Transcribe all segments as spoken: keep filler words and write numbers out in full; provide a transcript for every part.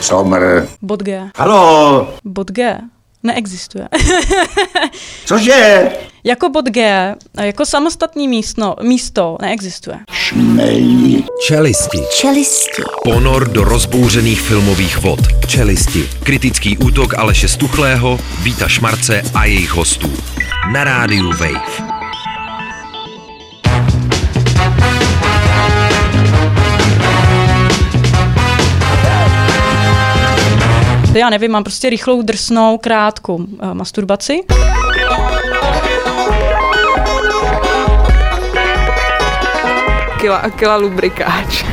Somr. Bod G. Halo. Bod G. Neexistuje. Cože? Jako bod G, jako samostatný místo, místo neexistuje. Šmej. Čelisti. Čelisti. Ponor do rozbouřených filmových vod. Čelisti. Kritický útok Aleše Stuchlého, Víta Šmarce a jejich hostů. Na rádiu Wave. Já nevím, mám prostě rychlou, drsnou, krátkou uh, masturbaci. Kila a kila lubrikáč.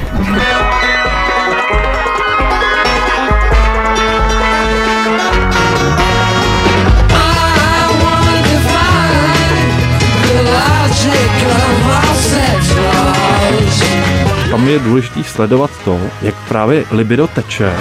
Tam je důležité sledovat to, jak právě libido teče.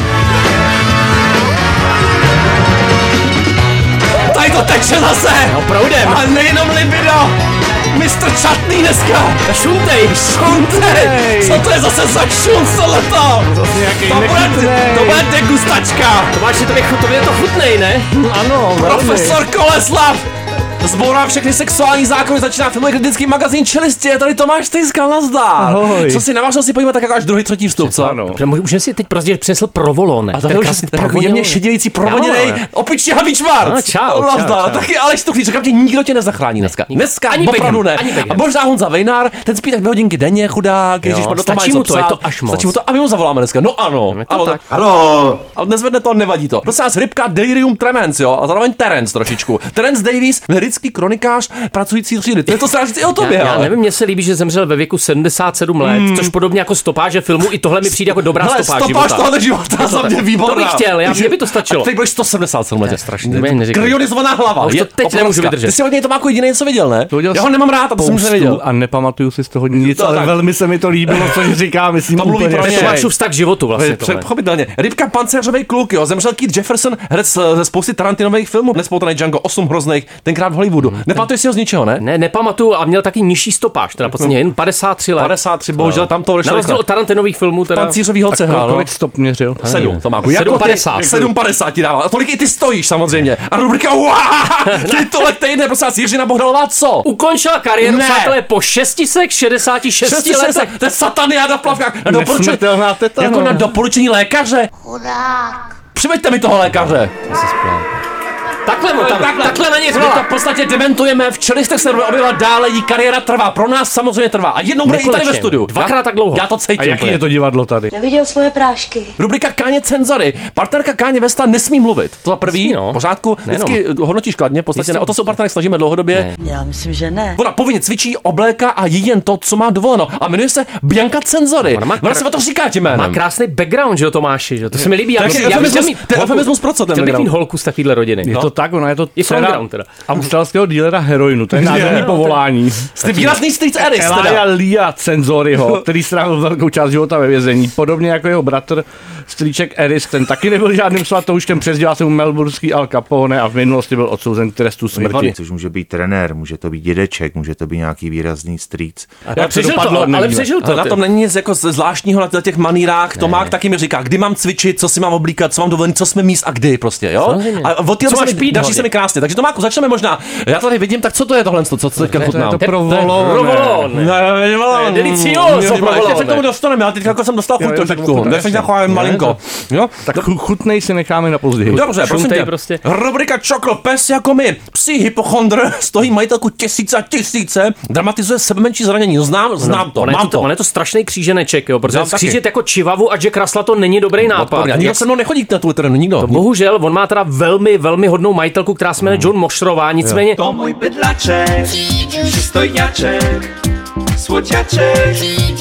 Tady to teče zase! No proudem! A nejenom libido! mistr Čatný dneska! Šuntej! Šuntej! Co to je zase za šunt tohleto? Zase nějaký to bude, to bude degustačka! To máš, že to je to chutnej, ne? Ano, Profesor Koleslav! Zbourá všechny sexuální zákony, začíná filmový kritický magazín Čelisti, tady Tomáš Stejskal, nazdar. Ahoj. Co si navážel si podívat tak jako až druhý, třetí vstup, co? Ano. Můžeme si teď prostě přinesl provolone. A to je takový jemně šedivějící provoněnej, opičně Havý Šmarc. No, čau, nazdar. čau, čau. Taky Aleš Stuchlý, říkám ti, nikdo tě nezachrání dneska. Dneska ani opravdu ne. Ani a možná Honza Vejnár, ten spí tak dvě hodinky denně, chudák, ježiš, do toho stačí mu to, je to až moc. Stačí mu to a my mu zavoláme dneska. No ano. To tak. Halo. Ale nezvedne to, nevadí to. Prosím vás, rybka Delirium Tremens, jo, a zároveň Terence trošičku. Terence Davies, lirický kronikář pracující třídy. To je to strážit i o tobě. Já, já nevím, mně se líbí, že zemřel ve věku sedmdesát sedm let, mm. což podobně jako stopáže filmu, i tohle mi přijde jako dobrá Hele, stopáž života. života. Tohle života za mě výborná. To bych chtěl, já, mě by to stačilo. A teď budeš sto sedmdesát sedm let. To je strašný. Kryonizovaná hlava. Už to teď obrovská. nemůžu vydržet. Ty si od něj Tomáku jediný něco viděl, ne? Já ho nemám rád, a to jsem už neviděl. A nepamatuju si z toho nic, to ale tak. velmi se mi to líbilo, co říká, myslím To mluví úplně. pro To je Tomášův vztah k životu vlastně. Pochopitelně. Rybka Pancéřovej kluk, jo. Zemřel Keith Jefferson, herec ze spousty Tarantinových filmů. Nespoutaný Django, osm hrozných, tenkrát v Hollywoodu. Nepamatuješ si ho z ničeho, ne? Ne, nepamatuju a měl taky nižší stopáž, teda podstatně jen padesát tři let. padesát tři, bohužel tam to Na rozdíl od Tarantinových filmů teda. Pancířový holce hrál, no. Kolik stop měřil? Sedm, Tomáku. sedm padesát. sedm padesát ti dával. A tolik i ty stojíš samozřejmě. A rubrika titulek týdne, prosím vás, Jiřina Bohdalová, co? Ukončila kariéru, Ne. přátelé, po šesti set šedesáti šesti letech. To je sataniáda v plavkách. Na doporučení, Nesmrtelná teta. jako no. na doporučení lékaře. Chudák. Přiveďte mi toho lékaře. Takhle mu tam, takhle, takhle na něj My to řvala. v podstatě dementujeme, v Čelistech se objevila dále, jí kariéra trvá, pro nás samozřejmě trvá. A jednou bude i tady ve Nekonečně. studiu. Dvakrát tak dlouho. Já to cítím. A jaký úplně. je to divadlo tady? Neviděl svoje prášky. Rubrika Káně Cenzory. Partnerka Káně Vesta nesmí mluvit. To za prvý, Nesmí, no. v pořádku, vždycky hodnotíš kladně, v podstatě ne, o to se u partnerek snažíme dlouhodobě. Ne. Já myslím, že ne. Ona povinně cvičí, obléká a jí jen to, co má dovoleno. A jmenuje se Bianca Cenzory. Ona má Ona kr- se o to říká tím Má jménem. krásný background, že jo, Tomáši, že jo? To se mi líbí. Já Tak bych- je já bych chtěl eufemismus- mít to je holku- eufemismus pro co ten chtěl bych mít background? holku z takovéhle rodiny. Je No. to tak, ona je to Je dcera background teda. australského dílera heroinu, to je nádherný povolání. Jste výrazný strýc Eris Elijah teda. Lia Cenzoryho, který strávil velkou část života ve vězení, podobně jako jeho bratr strýček Eris, ten taky nebyl žádným svatouškem, přezdíval se mu melburský Al Capone a v minulosti byl odsouzen k trestu smrti. Což může být trenér, může to být dědeček, může to být nějaký výrazný strýc. Ale přežil to, ale, ale přežil to. Ale na ty. tom není nic jako zvláštního na těch manírách. Tomák taky mi říká, kdy mám cvičit, co si mám oblíkat, co mám dovolit, co jsme míst a kdy prostě, jo? Samozřejmě. A od té Co doby máš se mi- pít, daří hlavně? se mi krásně. Takže Tomáku, začneme možná. Já tady vidím, tak co to je tohle, co, co teďka To je chutnám? to provolone. Provolone. Ne, Delicioso, se k provolone. tomu dostaneme, já teď jako jsem dostal chuť jo, tak trošku. to Tak jsem taková malinko. Jo? Tak chu- chutnej si necháme na později. Dobře, prosím Šuntej tě. prostě. Rubrika Čokl, pes jako my. Psí hypochondr, stojí majitelku tisíce a tisíce, dramatizuje sebe menší zranění. Znám, znám to, On je mám to. On je to strašný kříženeček, jo, protože Znám taky. skřížet jako Čivavu a Jack Russella to není dobrý nápad. Odporně. A nikdo se mnou nechodí na tu terénu, nikdo. To bohužel, on má teda velmi, velmi hodnou majitelku, která se jmenuje John Mošrová, nicméně To mój bydlaczek, przystojniaczek, słodziaczek,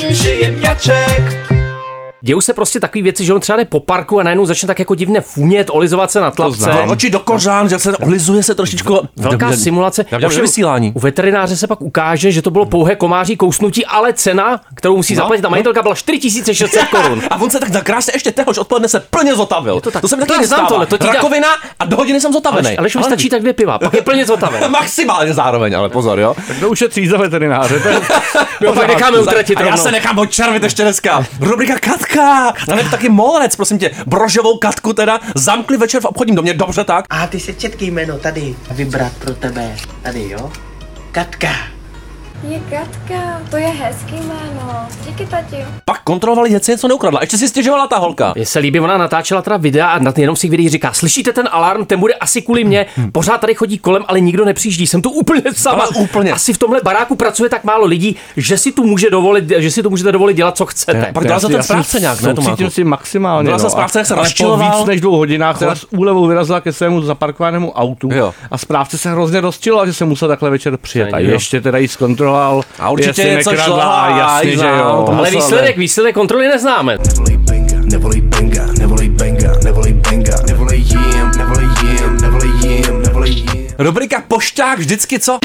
przyjemniaczek. dějou se prostě takové věci, že on třeba jde po parku a najednou začne tak jako divně funět, olizovat se na tlapce. Dal oči do kořán, že se olizuje se trošičku. Velká simulace. Já dělám Ovšem, vysílání. U veterináře se pak ukáže, že to bylo pouhé komáří kousnutí, ale cena, kterou musí No, zaplatit ta majitelka, byla čtyři tisíce šest set korun. A on se tak krásně ještě téhož odpoledne se plně zotavil. to tak. To se mi To taky já znám nestává. tohle, to ti dá- Rakovina a do hodiny jsem zotavený. Ale už stačí tak dvě piva, pak je plně zotaven. Maximálně zároveň, ale pozor, jo. Tak to ušetří za veterináře. To je... My ho pak necháme utratit A já rovnou. se nechám odčervit ještě dneska. Rubrika Kat Katka! A nebo taky Molec, prosím tě, brožovou Katku teda zamkli večer v obchodním domě, dobře tak? A ty si četky jméno tady vybrat pro tebe. Tady, jo? Katka. Je Katka, to je hezký jméno. Díky, tati. Pak kontrolovali, jestli něco neukradla. Ještě si stěžovala ta holka. Mně se líbí, ona natáčela teda videa a na jenom si v videích říká, slyšíte ten alarm, ten bude asi kvůli mě, pořád tady chodí kolem, ale nikdo nepřijíždí, jsem tu úplně sama. Ale úplně. Asi v tomhle baráku pracuje tak málo lidí, že si tu může dovolit, že si tu můžete dovolit dělat, co chcete. Ne, pak dala za ten správce nějak, ne? Cítím si maximálně. Dala za správce, jak se rozčiloval. Po víc než dvou hodinách teda s úlevou vyrazila ke svému zaparkovanému autu jo. A správce se hrozně rozčiloval, že se musel takhle večer přijet. A ještě teda jí zkontroloval. A určitě něco šlo, a jasně, že jo. Ale výsledek, výsledek kontroly neznáme. Nevolej benga, nevolej benga, nevolej benga, nevolej benga, nevolej jim, nevolej jim, nevolej jim, nevolej jim. Rubrika Pošťák vždycky co?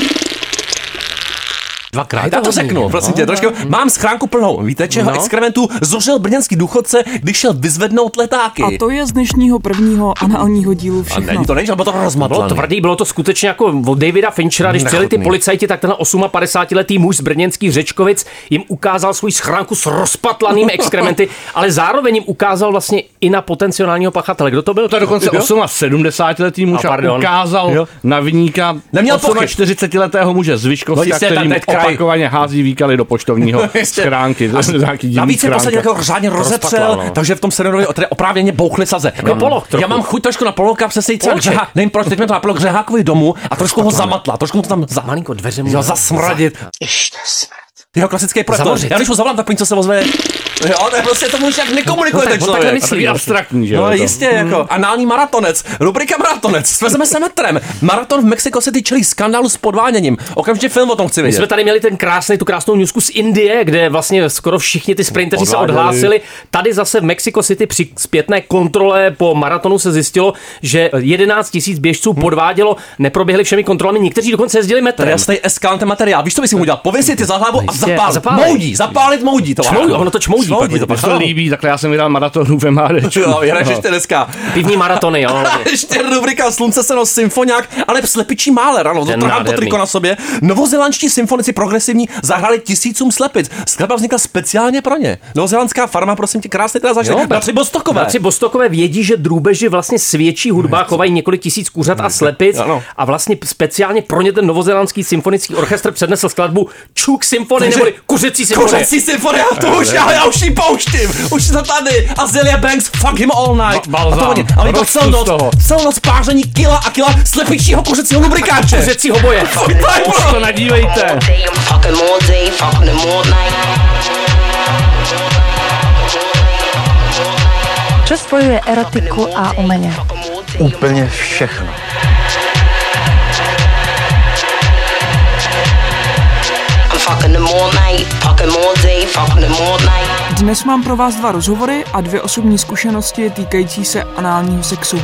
Dvakrát, já to řeknu, prosím tě, trošku. Mám schránku plnou, víte čeho? No. Exkrementů zuřil brněnský důchodce, když šel vyzvednout letáky. A to je z dnešního prvního análního dílu všechno. A není to, není, bylo to rozmatlaný. Bylo tvrdý, bylo to skutečně jako od Davida Finchera, když přijeli ty policajti, tak ten osmapadesátiletý muž z brněnských Řečkovic jim ukázal svůj schránku s rozpatlanými exkrementy, ale zároveň jim ukázal vlastně i na potenciálního pachatele. Kdo to byl? To dokonce sedmdesátiletý muž a ukázal jo. na viníka čtyřicetiletého muže z Vyškovska, který opakovaně hází výkaly do poštovního schránky. Navíc je posledně jako řádně rozepřel, no. Takže v tom seriálu oprávněně bouchly saze. No, polo, já mám chuť trošku na Pololka přesejít třeba Řehá, nevím proč, teď mě to napilo k Řehákovi domu a trošku ho zamatla, trošku mu to tam za, malinko dveře mu jo, zasmradit. Ještě smrt. Jeho klasický projekt. Já když ho zavolám, tak po co se ozve. Jo, to je prostě tomu už jak nekomunikuje ten člověk. Takový abstraktní, že jo. No jistě, jako anální maratonec, rubrika maratonec, svezeme se metrem. Maraton v Mexico City čelí skandálu s podváděním. Okamžitě film o tom chci vidět. My jsme tady měli ten krásný, tu krásnou newsku z Indie, kde vlastně skoro všichni ty sprinteři se odhlásili. Tady zase v Mexico City při zpětné kontrole po maratonu se zjistilo, že jedenáct tisíc běžců podvádělo, neproběhli všemi kontrolami, někteří dokonce jezdili metrem. Jasný eskalantý materiál. Víš, co bys jim udělal? Pověsit ty za hlavu a zapálit. zapálit. Moudí, zapálit moudí to. Čmoudí, ono to čmoudí. čmoudí to, to líbí, takhle já jsem vydal maratonu v M H D. Jo, vyhraješ ještě dneska. Pivní maratony, jo. Ještě rubrika Slunce se nos symfoniák, ale slepičí máler, ano, to trhám to triko na sobě. Novozélandští symfonici progresivní zahráli tisícům slepic. Skladba vznikla speciálně pro ně. Novozélandská farma, prosím tě, krásně teda zažili. Bratři Bostokové. Bratři Bostokové vědí, že drůbeži vlastně svědčí hudba, chovají několik tisíc kuřat a slepic a vlastně speciálně pro ně ten novozélandský symfonický orchestr přednesl skladbu Čuk symfonie neboli kuřecí symfonie. Kuřecí symfonie, to už já, já už ji pouštím. Už to tady. Azealia Banks, fuck him all night. Balzám. A to celou noc, celou noc páření kila a kila slepičího kuřecího lubrikáče. Kuřecího boje. Už to nadívejte. Co spojuje erotiku a umění? Úplně všechno. Dnes mám pro vás dva rozhovory a dvě osobní zkušenosti týkající se análního sexu.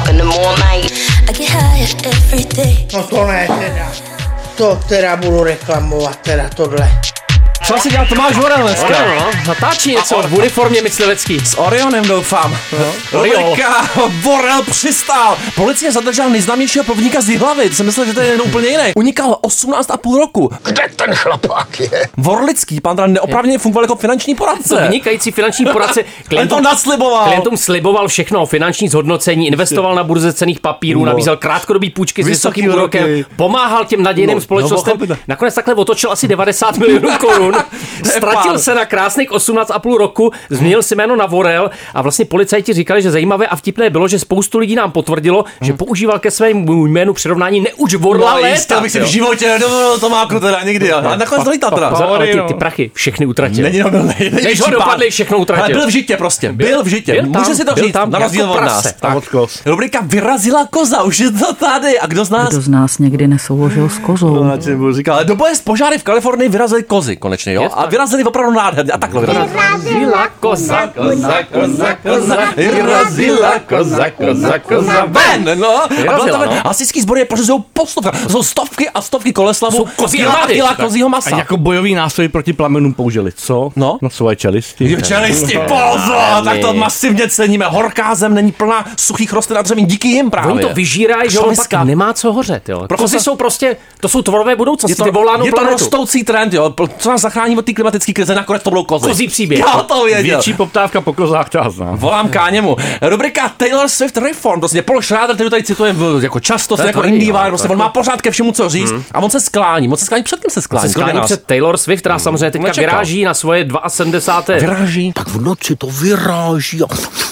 No to ne teda. To teda budu reklamovat, teda tohle. Co si dělal Tomáš Vorel dneska? No, natáčí něco v uniformě myslivecký. S Orionem doufám. No. Rubrika Vorel přistál. Policie zadržela nejznámějšího plovníka z Jihlavy. To jsem myslel, že to je jen úplně jiný. Unikal osmnáct a půl roku. Kde ten chlapák je? Vorlický, pan teda neoprávněně fungoval jako finanční poradce. To vynikající finanční poradce. Klientům to nadsliboval. Klientům sliboval všechno o finanční zhodnocení, investoval na burze cenných papírů, no. Nabízel krátkodobý půjčky s vysokým úrokem, pomáhal těm nadějným no, společnostem. No, nakonec takhle otočil asi devadesát milionů korun. Ztratil se na krásných osmnáct a půl roku, změnil si jméno na Vorel a vlastně policajti říkali, že zajímavé a vtipné bylo, že spoustu lidí nám potvrdilo, hmm. že používal ke svému jménu přirovnání neuč Vorla no, léta. To bych si v životě nedovolil Tomáku teda nikdy. A nakonec dolítá teda. Ale ty, ty prachy všechny utratil. Není no, Než ho dopadli, všechno utratil. Ale byl v žitě prostě, byl v žitě. Může si to říct, na rozdíl od nás. Rubrika Vyrazila koza, už je to tady. A kdo z nás? Kdo z nás někdy nesouložil s kozou? Ale do boje s požáry v Kalifornii vyrazili kozy konečně, jo? A vyrazili opravdu nádherně. A takhle vyrazili. Vyrazila koza, koza, koza, koza. Vyrazila koza, koza, koza. Ven, no. A hasičský sbory je pořizují po stovkách. Jsou stovky a stovky koleslavů. Jsou kozí armády. Kila kozího masa. A jako bojový nástroj proti plamenům použili, co? No. Na svoje čelisti. Jo, čelisti, pozor, tak to masivně ceníme. Horká zem není plná suchých rostlin a dřevín. Díky jim právě. Oni to vyžírají, že on pak nemá co hořet, jo. Kozy jsou prostě, to jsou tvorové budoucnosti, vyvolánou planetu. Je to planetu. rostoucí trend, jo. Co nás za zachrání od té klimatické krize, nakonec to budou kozy. Kozí příběh. Já to věděl. Větší poptávka po kozách, to já znám. Volám Káněmu. Rubrika Taylor Swift Reform, prostě Paul Schrader, který tady cituje jako často, jako indie vibe, prostě on má pořád ke všemu co říct a on se sklání. On se sklání před kým se sklání? Se sklání před Taylor Swift, která samozřejmě teďka vyráží na svoje sedmdesáté Vyráží. Tak v noci to vyráží a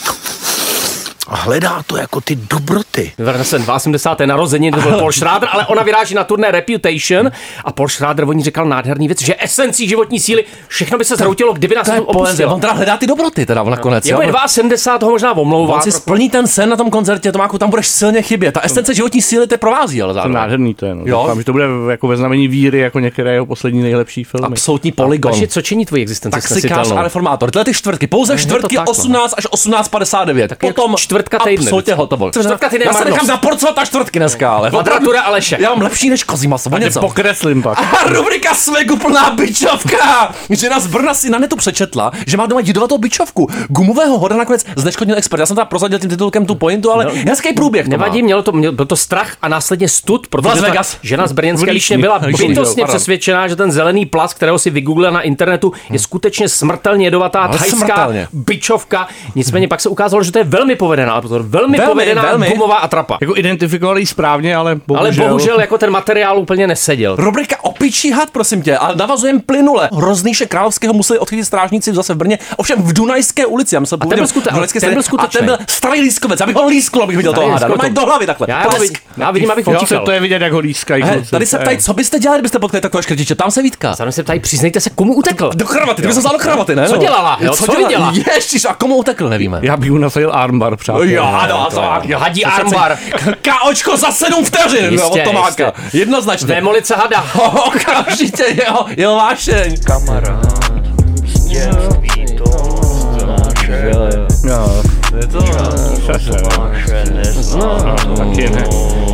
a hledá to jako ty dobroty. Vyvrne se osmdesáté narozeniny, to byl Paul Schrader, ale ona vyráží na turné Reputation a Paul Schrader o ní říkal nádherný věc, že esencí životní síly, všechno by se zhroutilo, kdyby nás to opustilo. On teda hledá ty dobroty teda nakonec. Je sedmdesát ho možná omlouvá. On si splní ten sen na tom koncertě, Tomáku, tam budeš silně chybět. Ta esence životní síly te provází, ale zároveň. To nádherný to je, no. Doufám, že to bude jako ve znamení víry, jako některé jeho poslední nejlepší filmy. Absolutní polygon. Takže co činí tvoji existenci snesitelnou? A reformátor. Tyhle ty čtvrtky, pouze čtvrtky osmnáct až osmnáct padesát devět. Potom čtvrtka týdne. Hotovo. Čtvrtka ty já se nechám zaporcovat na čtvrtky dneska, ale. Kvadratura Aleše. Já mám lepší než kozí maso. Něco pokreslím pak. A rubrika Svegu plná bičovka. Žena z Brna si na netu přečetla, že má doma jedovatou bičovku. Gumového hoda nakonec zneškodnil expert. Já jsem tam prozradil tím titulkem tu pointu, ale no, hezký průběh. Nevadí, mělo to, měl, byl to strach a následně stud, protože ta žena z brněnské Líšně byla bytostně přesvědčená, že ten zelený plast, kterého si vygooglila na internetu, je skutečně smrtelně jedovatá thajská bičovka. Nicméně pak se ukázalo, že to je velmi povedená, velmi, velmi povedená velmi. Gumová atrapa. Jako identifikovali ji správně, ale bohužel. Ale bohužel jako ten materiál úplně neseděl. Rubrika Opičí had, prosím tě, ale navazujem plynule. Hroznýše Královského museli odchytit strážníci zase v Brně, ovšem v Dunajské ulici. Já myslel, a ten byl, skute, ten byl a ten byl starý lískovec, abych ho lískl, abych viděl toho hada. Normálně do hlavy takhle. Já, já vidím, abych utíkal. To je vidět, jak ho lískají. Tady se ptají, co byste dělali, kdybyste potkali takového škrtiče? Tam se Vítka. Tam se ptají, přiznejte se, komu utekl. Do kravaty, ty bys vzal do kravaty, ne? Co dělala? Jo, co dělala? Ježiš, a komu utekl, nevíme. Já bych mu nasadil armbar, přátel. Jo, ano, hadí armbar. Káočko za sedm vteřin, no, od Tomáka. Jednoznačně. Vémolice hada. Okamžitě, jo, jo, vášeň. Kamarád, dětství to naše. Jo, je to naše, neznám. Taky ne.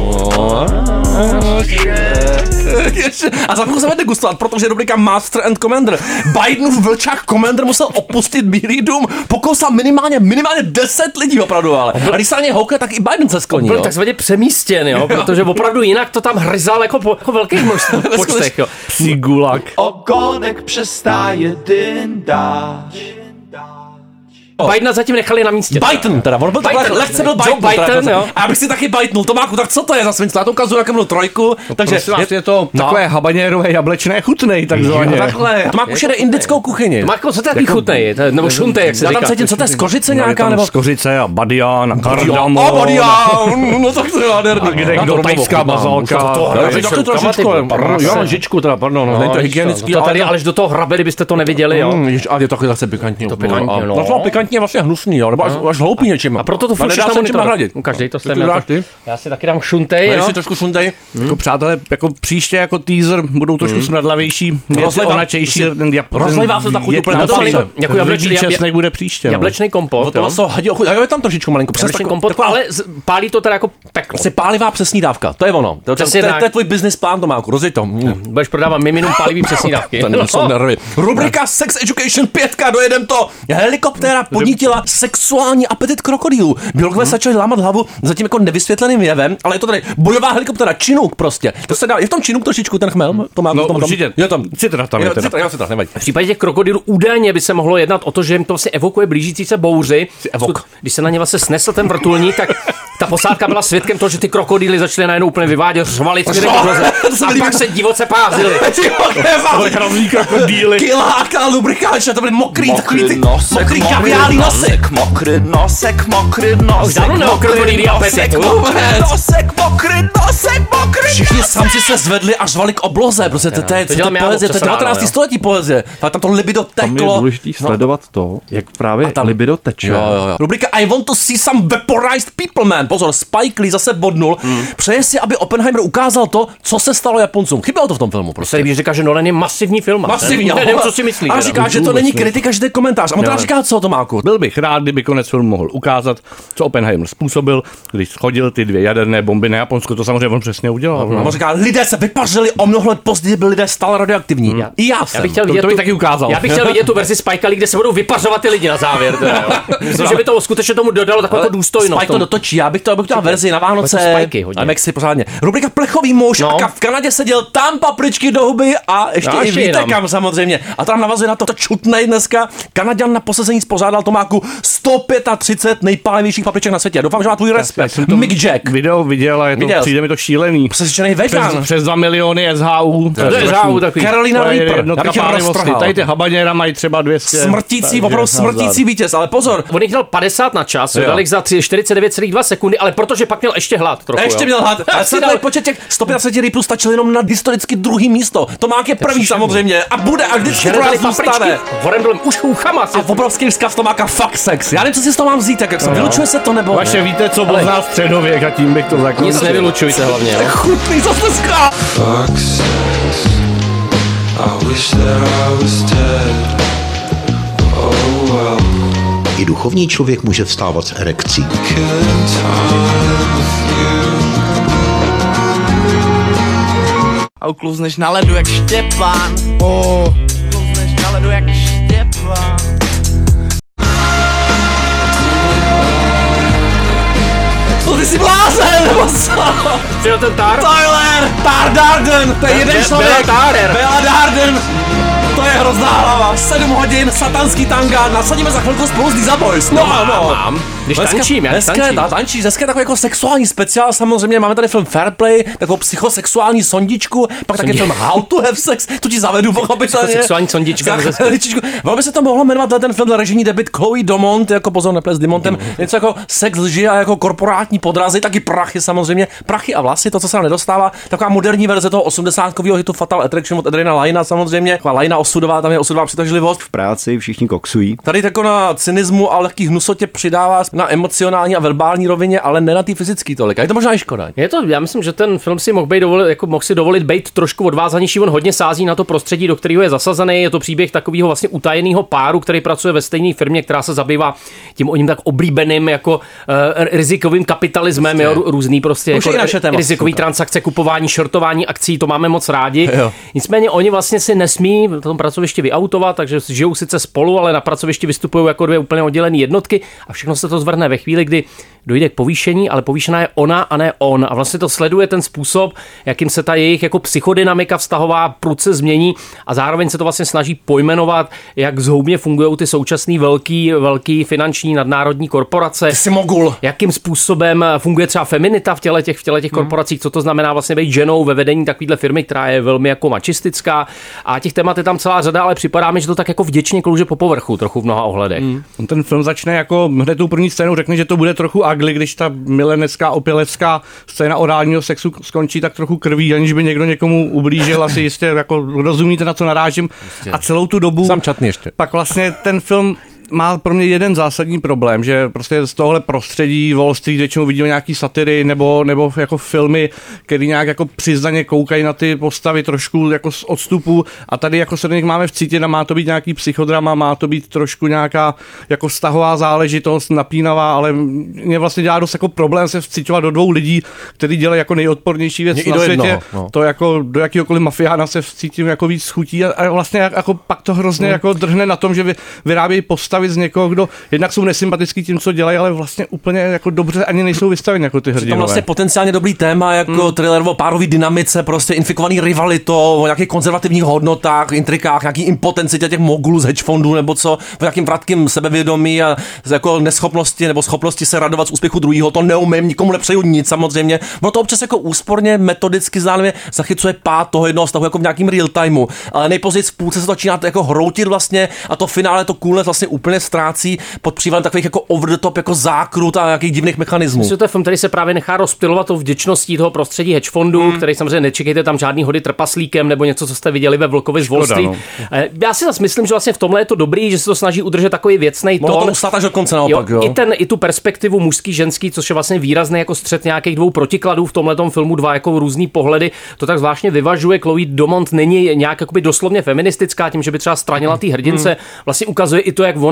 A za chvilku se vede gustovat, protože rubrika Master and Commander. Bidenův vlčák Commander musel opustit Bílý dům, pokousal minimálně, minimálně deset lidí opravdu, ale. A když se na něj houká, tak i Biden se skloní. Byl takzvaně přemístěn, jo, protože opravdu jinak to tam hryzal jako po jako velkých množství počtech, jo. Psí gulag. Ogonek přestáje dyndáč. Bidena zatím nechali na místě. Biden teda, on byl takhle, lehce byl Biden. Joe Biden, teda, jo. A abych si taky Bidenul, Tomáku, tak co to je za svinstvo? Já to ukazuju, jaké bylo trojku, no, takže je, je to no. takové habanérové jablečné chutnej, takzvaně. No, takhle, Tomáku už jede indickou kuchyni. Tomáku, co to je takový chutnej? Nebo šuntej, jak se říká. Já tam cítím, co to je, z kořice nějaká? Nebo z kořice a badián a kardamon. A badián, no tak to je nádherný. A kde kdo tajská bazalka. Taky trošičku, jo, žičku teda, pardon, není to hygienický. To tady aleš do toho hrabe, kdybyste to neviděli, jo. A je to taky zase pikantní. To pikantní, no. No pikantně vlastně hnusný, jo, nebo až hloupý něčím. A proto to furt na monitor. Každý to stejně. Já si taky dám šuntej, jo. Já si trošku šuntej. Jako přátelé, jako příště jako teaser budou trošku smradlavější, onačejší. Rozlejvá se ta chuť úplně na to. Jako jablečný česnek bude příště. Jablečný kompot. To jsou hadí ochuť. A jo, je tam trošičku malinko. Jablečný kompot, ale pálí to teda jako peklo. Se pálivá přesní dávka. To je ono. To je tvůj business plán, Tomáku. Rozjeď to. Budeš prodávat miminum pálivý přesní dávky. Rubrika Sex Education pětka, dojedem to. Helikoptéra podnítila sexuální apetit krokodýlů. Biologové začali lámat hlavu zatím jako nevysvětleným jevem, ale je to tady bojová helikoptéra, Chinook prostě. To se dá, je v tom Chinook trošičku ten chmel? To má, no, to má, určitě. Je tam. Citra tam je teda. Citra, jo, citra, nevadí. V případě těch krokodýlů údajně by se mohlo jednat o to, že jim to vlastně evokuje blížící se bouři. Když se na ně vlastně snesl ten vrtulník, tak ta posádka byla svědkem toho, že ty krokodýly začaly najednou úplně vyvádět, řvali směrem k podloze. A pak se divoce pázily. Hrozný krokodýly. Kiláka, lubrikáče, to byly mokrý, takový ty mokrý kaviární nosek. Mokrý nosek, mokrý nosek. Už dávno neho krokodýlí apetitu. Nosek, mokrý nosek, mokrý. Všichni samci se zvedli a řvali k obloze. Prostě to je poezie, to je devatenáctého století poezie. Tam to libido teklo. Tam je důležité sledovat to, jak právě libido teče. Rubrika I want to see some vaporized people, man. Pozor, Spike Lee zase bodnul. Hmm. Přeje si, aby Oppenheimer ukázal to, co se stalo Japoncům. Chybělo to v tom filmu. Prostě. Když říká, že Nolan je masivní film. Masivní, ne, nevím, co si myslíš. A říká, že to není kritika, že to je komentář. A on teda říká, co, Tomáku? Byl bych rád, kdyby konec filmu mohl ukázat, co Oppenheimer způsobil, když schodil ty dvě jaderné bomby na Japonsko. To samozřejmě on přesně udělal. No. On říká, lidé se vypařili, o mnoho let později byli lidé stále radioaktivní. Hmm. I já jsem. Já bych chtěl to, vidět to bych taky ukázal. Já bych chtěl vidět tu verzi Spike Lee, kde se budou vypařovat ty lidi na závěr. Myslím, že by to skutečně tomu dodalo takovou důstojnost. Spike to dotočí, já bych to abych to verzi na Vánoce. Spajky hodně. A Mexi pořádně. Rubrika Plechový muž no. A v Kanadě seděl tam papričky do huby a ještě no, i víte kam samozřejmě. A tam navazuje na to, to čutnej dneska. Kanaďan na posezení spořádal Tomáku sto třicet pět nejpálevějších papriček na světě. Doufám, že má tvůj respekt. Mick Jack. Video viděl a je to, přijde mi to šílený. Přesvědčený vegan. Přes, přes dva miliony S H U. To je S H U takový. Carolina Reaper. Tady ty habaněra mají třeba dvě stě. Smrtící, opravdu smrtící vítěz, ale pozor. On jich dal padesát na čas, dal jich za čtyřicet devět celá dva sekundy, ale protože pak měl ještě hlad trochu. Ještě jo. měl hlad. A celý počet těch sto třicet rýplů stačil jenom na historicky druhý místo. Tomák je první samozřejmě a bude a vždycky pro nás zůstane. Vorendlem už uchama. A obrovský vzkaz Tomáka fakt sex. Já nevím, co si z toho mám vzít, tak jak se vylučuje se to nebo. Vaše víte, co byl nás středověk a tím bych to zakončil. Nic nevylučujte hlavně. Jo. Chutný zastezka. I duchovní člověk může vstávat s erekcí. A uklouzneš na ledu jak Štěpán. Oh. Uklouzneš na ledu jak Štěpán. To ty jsi blázen, nebo co? Ty ten Tar? Tyler! Tar Darden! To je jeden člověk! Bela Darden! To je hrozná hlava. sedm hodin, satanský tanga. Nasadíme za chvilku spolu s Liza Boys. No, no, no. Mám. Když tančím, já tančím. Tančíš, dneska je takový jako sexuální speciál, samozřejmě máme tady film Fair Play, takovou psychosexuální sondičku, pak taky film How to have sex, tu ti zavedu pochopitelně. Psychosexuální sondička. Ono by se to mohlo jmenovat ten film na režijní debut Chloe Domont, jako pozor, neples s Dimontem, něco jako sex, lži a jako korporátní podrazy, taky prachy samozřejmě, prachy a vlasy, to, co se nám nedostává, taková moderní verze toho osmdesátkového hitu Fatal Attraction od Adriana Lyna samozřejmě, taková Lyna osudová, tam je osudová přitažlivost. V práci všichni koksují. Tady tako na cynismu a lehký hnusotě přidává na emocionální a verbální rovině, ale ne na té fyzické tolik. A je to možná i škoda. Je to, já myslím, že ten film si mohl být dovolit, jako mohl si dovolit být trošku odvázanější. On hodně sází na to prostředí, do kterého je zasazený. Je to příběh takového vlastně utajeného páru, který pracuje ve stejné firmě, která se zabývá tím o ním tak oblíbeným jako uh, rizikovým kapitalismem, jo, různý prostě jako rizikový transakce, kupování, shortování akcí, to máme moc rádi. Jo. Nicméně oni vlastně si nesmí na tom pracovišti vyautovat, takže žijou sice spolu, ale na pracovišti vystupují jako dvě úplně oddělené jednotky a všechno se to zvrhne ve chvíli, kdy dojde k povýšení, ale povýšená je ona a ne on. A vlastně to sleduje ten způsob, jakým se ta jejich jako psychodynamika vztahová prudce změní a zároveň se to vlastně snaží pojmenovat, jak zhoubně fungují ty současný velký, velký finanční nadnárodní korporace. Ty jsi mogul. Jakým způsobem funguje třeba feminita v těle těch, v těle těch hmm. korporacích, co to znamená vlastně být ženou ve vedení takovéhle firmy, která je velmi jako mačistická. A těch témat je tam celá řada, ale připadá mi, že to tak jako vděčně klouže po povrchu trochu v mnoha ohledech. Hmm. Ten film začne jako hned tou první scénou řekne, že to bude trochu ugly, když ta milenecká opělecká scéna orálního sexu skončí tak trochu krví, aniž by někdo někomu ublížil, asi jistě jako rozumíte, na co narážím. Jistě. A celou tu dobu Sam čatný ještě. Pak vlastně ten film má pro mě jeden zásadní problém, že prostě z tohle prostředí Wall Street většinou vidíme nějaký satiry nebo, nebo jako filmy, které nějak jako přiznaně koukají na ty postavy trošku jako z odstupu a tady jako se do nich máme vcítit a má to být nějaký psychodrama, má to být trošku nějaká jako vztahová záležitost, napínavá, ale mě vlastně dělá dost jako problém se vcítovat do dvou lidí, kteří dělají jako nejodpornější věc na světě. Jednoho, no. To jako do jakýhokoliv mafiána se vcítím jako víc chutí a, a vlastně jako pak to hrozně mm. jako drhne na tom, že vy, vyrábějí postavy z někoho, kdo jednak jsou nesympatický tím, co dělají, ale vlastně úplně jako dobře ani nejsou vystaveni jako ty hrdinové. Tam vlastně potenciálně dobrý téma, jako hmm. thriller o párový dynamice, prostě infikovaný rivalitou, o nějakých konzervativních hodnotách, intrikách, nějaký impotencitě těch mogulů z hedge fondů nebo co, o nějakým vratkým sebevědomí a jako neschopnosti nebo schopnosti se radovat z úspěchu druhého, to neumím, nikomu nepřeju nic samozřejmě. Ono to občas jako úsporně, metodicky zdánlivě zachycuje pád toho jednoho stavu jako v nějakým real timeu, ale nejpozději v půlce se to začíná jako hroutit vlastně a to finále, to coolness vlastně úplně ztrácí pod přívalem takových jako over the top jako zákrut a nějakých divných mechanismů. Myslím, že to je film, který se právě nechá rozptylovat tou vděčností toho prostředí hedge fondu, hmm. který samozřejmě nečekejte tam žádný hody trpaslíkem nebo něco, co jste viděli ve Vlkovi z Wall Street. No. Já si zase myslím, že vlastně v tomhle je to dobrý, že se to snaží udržet takový věcnej tón. Mohlo to ustát až do konce naopak, jo. jo. I ten i tu perspektivu mužský ženský, což je vlastně výrazný jako střet nějakých dvou protikladů v tomhletom filmu, dva jako různý pohledy. To tak zvláštně vyvažuje. Chloe Domont není nějak jakoby doslovně feministická tím, že by třeba stranila té hrdince. Hmm. Vlastně ukazuje i to, jak ona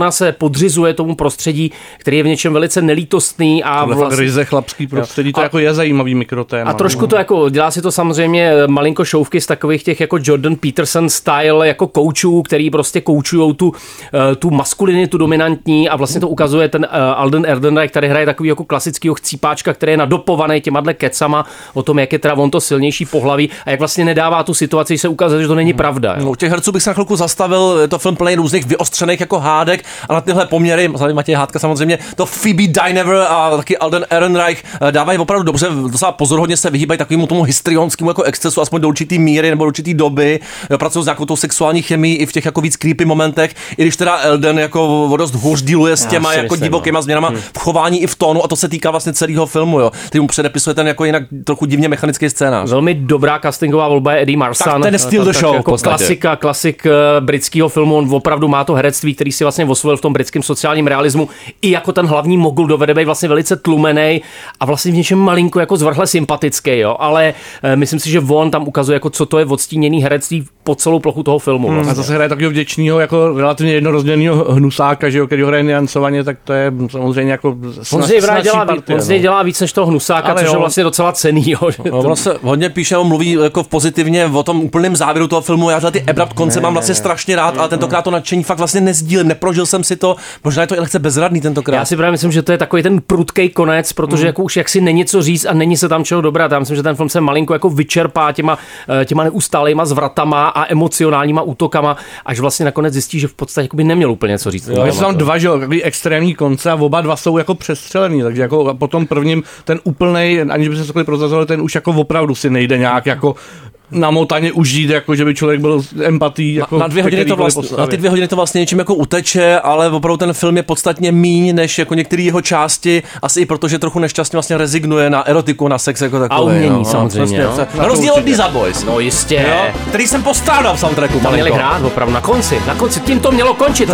ona se podřizuje tomu prostředí, který je v něčem velice nelítostný a vlastně fakt ryze chlapský prostředí, jo. To a, jako je zajímavý mikrotéma. A trošku to jako dělá si to samozřejmě malinko šouvky z takových těch jako Jordan Peterson style jako koučů, který prostě koučujou tu, tu maskulinitu dominantní a vlastně to ukazuje ten Alden Ehrenreich, který hraje takový jako klasickýho chcípáčka, který je nadopovaný těma kecama o tom, jak je teda on to silnější pohlaví a jak vlastně nedává tu situaci, se ukazuje, že to není pravda. No, u těch herců bych se na chvilku zastavil, je to film plný různých vyostřených jako hádek a na tyhle poměry, Matěj Hádka samozřejmě, to Phoebe Dynevor a taky Alden Ehrenreich dávají opravdu dobře, docela pozorhodně se vyhýbají takovému tomu histrionskému jako excesu, aspoň do určitý míry nebo do určitý doby, jo, pracují s nějakou tou sexuální chemií i v těch jako víc creepy momentech, i když teda Elden jako o dost hůř díluje s těma jako myslím, divokýma no. změnama hmm. v chování i v tónu a to se týká vlastně celého filmu, jo. Ty mu předepisuje ten jako jinak trochu divně mechanický scénář. Velmi dobrá castingová volba je Eddie Marsan. Tak ten steal the show, jako klasika, klasik britského filmu, on opravdu má to herectví, který si vlastně osvojil v tom britském sociálním realismu, i jako ten hlavní mogul dovede být vlastně velice tlumenej a vlastně v něčem malinko jako zvrhle sympatický, jo, ale e, myslím si, že on tam ukazuje jako co to je odstíněný herectví po celou plochu toho filmu. Hmm. Vlastně. A zase hraje takového vděčného jako relativně jednorozměrného hnusáka, že jo, který ho hraje niancovaně, tak to je samozřejmě jako on z něj dělá, partie, on z něj dělá víc než toho hnusáka, ale což jo. je vlastně docela cenný, jo. No, on se hodně píše, on mluví jako v pozitivně o tom úplném závěru toho filmu. Já ty abrupt konce mám vlastně strašně rád, ale tentokrát to nadšení fakt vlastně nezdílím, neprožil jsem si to. Možná je to i lehce bezradný tentokrát. Já si právě myslím, že to je takový ten prudkej konec, protože mm. jako už jaksi není co říct a není se tam čeho dobrat. Já myslím, že ten film se malinko jako vyčerpá těma, těma neustálejma zvratama a emocionálníma útokama, až vlastně nakonec zjistí, že v podstatě jako by neměl úplně co říct. Jo, jsou tam dva, že jo, takový extrémní konce a oba dva jsou jako přestřelený, takže jako po tom prvním ten úplnej, aniž by se cokoliv prozrazovali, ten už jako opravdu si nejde nějak jako namotaně užít, jako že by člověk byl empatí. Jako na, na, dvě hodiny to vlastně, na ty dvě hodiny to vlastně něčím jako uteče, ale opravdu ten film je podstatně míň než jako některé jeho části, asi i protože trochu nešťastně vlastně rezignuje na erotiku, na sex jako takový. A umění no, samozřejmě. No, no. Na rozdíl od Disa Boys. No jistě. Jo, který jsem postrádal v soundtracku. Tam měli hrát opravdu na konci. Na konci tím to mělo končit.